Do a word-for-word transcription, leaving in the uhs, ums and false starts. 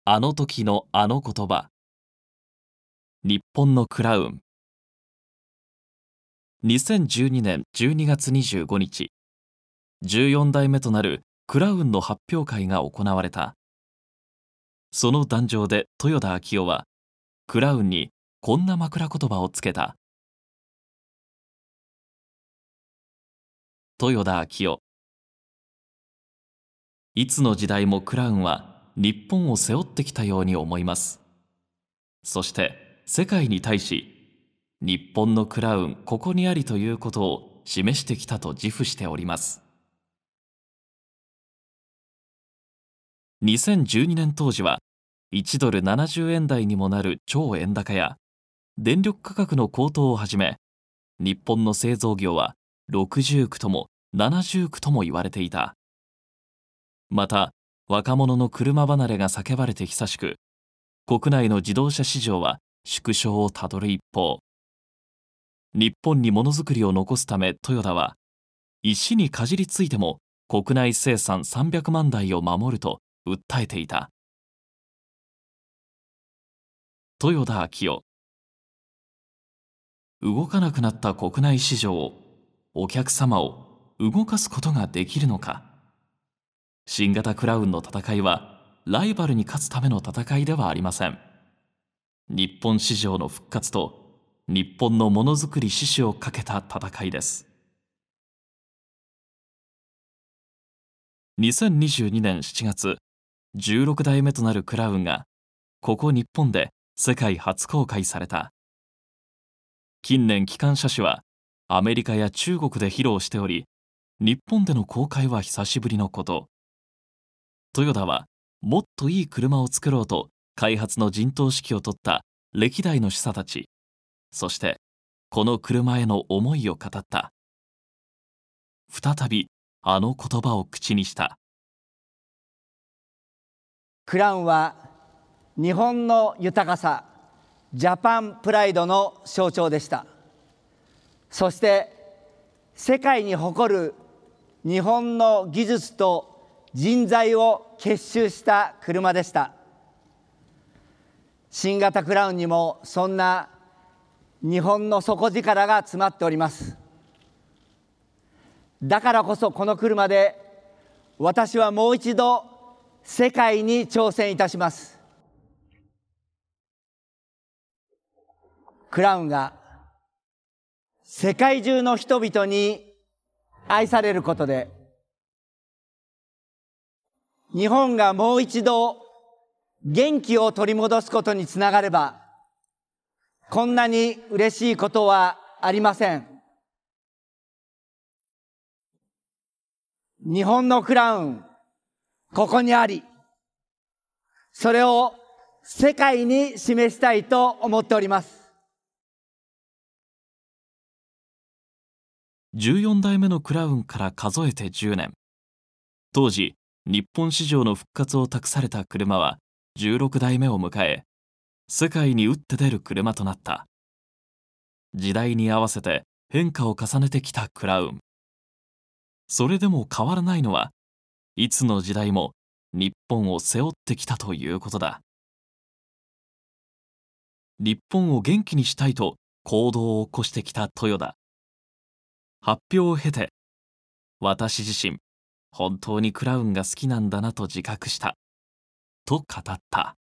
あの時のあの言葉。日本のクラウン。にせんじゅうにねんじゅうにがつにじゅうごにち、じゅうよんだいめとなるクラウンの発表会が行われた。その壇上で豊田章男は、クラウンにこんな枕言葉をつけた。豊田章男。いつの時代もクラウンは日本を背負ってきたように思います。そして世界に対し、日本のクラウンここにありということを示してきたと自負しております。にせんじゅうにねん当時はいちドルななじゅうえん台にもなる超円高や電力価格の高騰をはじめ、日本の製造業はろくじゅうくともななじゅうくとも言われていた。また若者の車離れが叫ばれて久しく、国内の自動車市場は縮小をたどる一方、日本にものづくりを残すためトヨタは、石にかじりついても国内生産さんびゃくまんだいを守ると訴えていた。豊田章男。動かなくなった国内市場を、お客様を動かすことができるのか。新型クラウンの戦いはライバルに勝つための戦いではありません。日本市場の復活と日本のものづくり死守をかけた戦いです。にせんにじゅうにねんしちがつ、じゅうろくだいめとなるクラウンがここ日本で世界初公開された。近年機関車種はアメリカや中国で披露しており、日本での公開は久しぶりのこと。トヨタはもっといい車を作ろうと開発の陣頭指揮を執った歴代の主査たち、そしてこの車への思いを語った。再びあの言葉を口にした。 クラウンは日本の豊かさ、ジャパンプライドの象徴でした。そして世界に誇る日本の技術と人材を結集した車でした。新型クラウンにもそんな日本の底力が詰まっております。だからこそこの車で私はもう一度世界に挑戦いたします。クラウンが世界中の人々に愛されることで、日本がもう一度元気を取り戻すことにつながれば、こんなに嬉しいことはありません。日本のクラウン、ここにあり、それを世界に示したいと思っております。 じゅうよんだいめのクラウンから数えてじゅうねん。当時、日本市場の復活を託された車はじゅうろくだいめを迎え、世界に打って出る車となった。時代に合わせて変化を重ねてきたクラウン。それでも変わらないのは、いつの時代も日本を背負ってきたということだ。日本を元気にしたいと行動を起こしてきた豊田。発表を経て、私自身、本当にクラウンが好きなんだなと自覚した、と語った。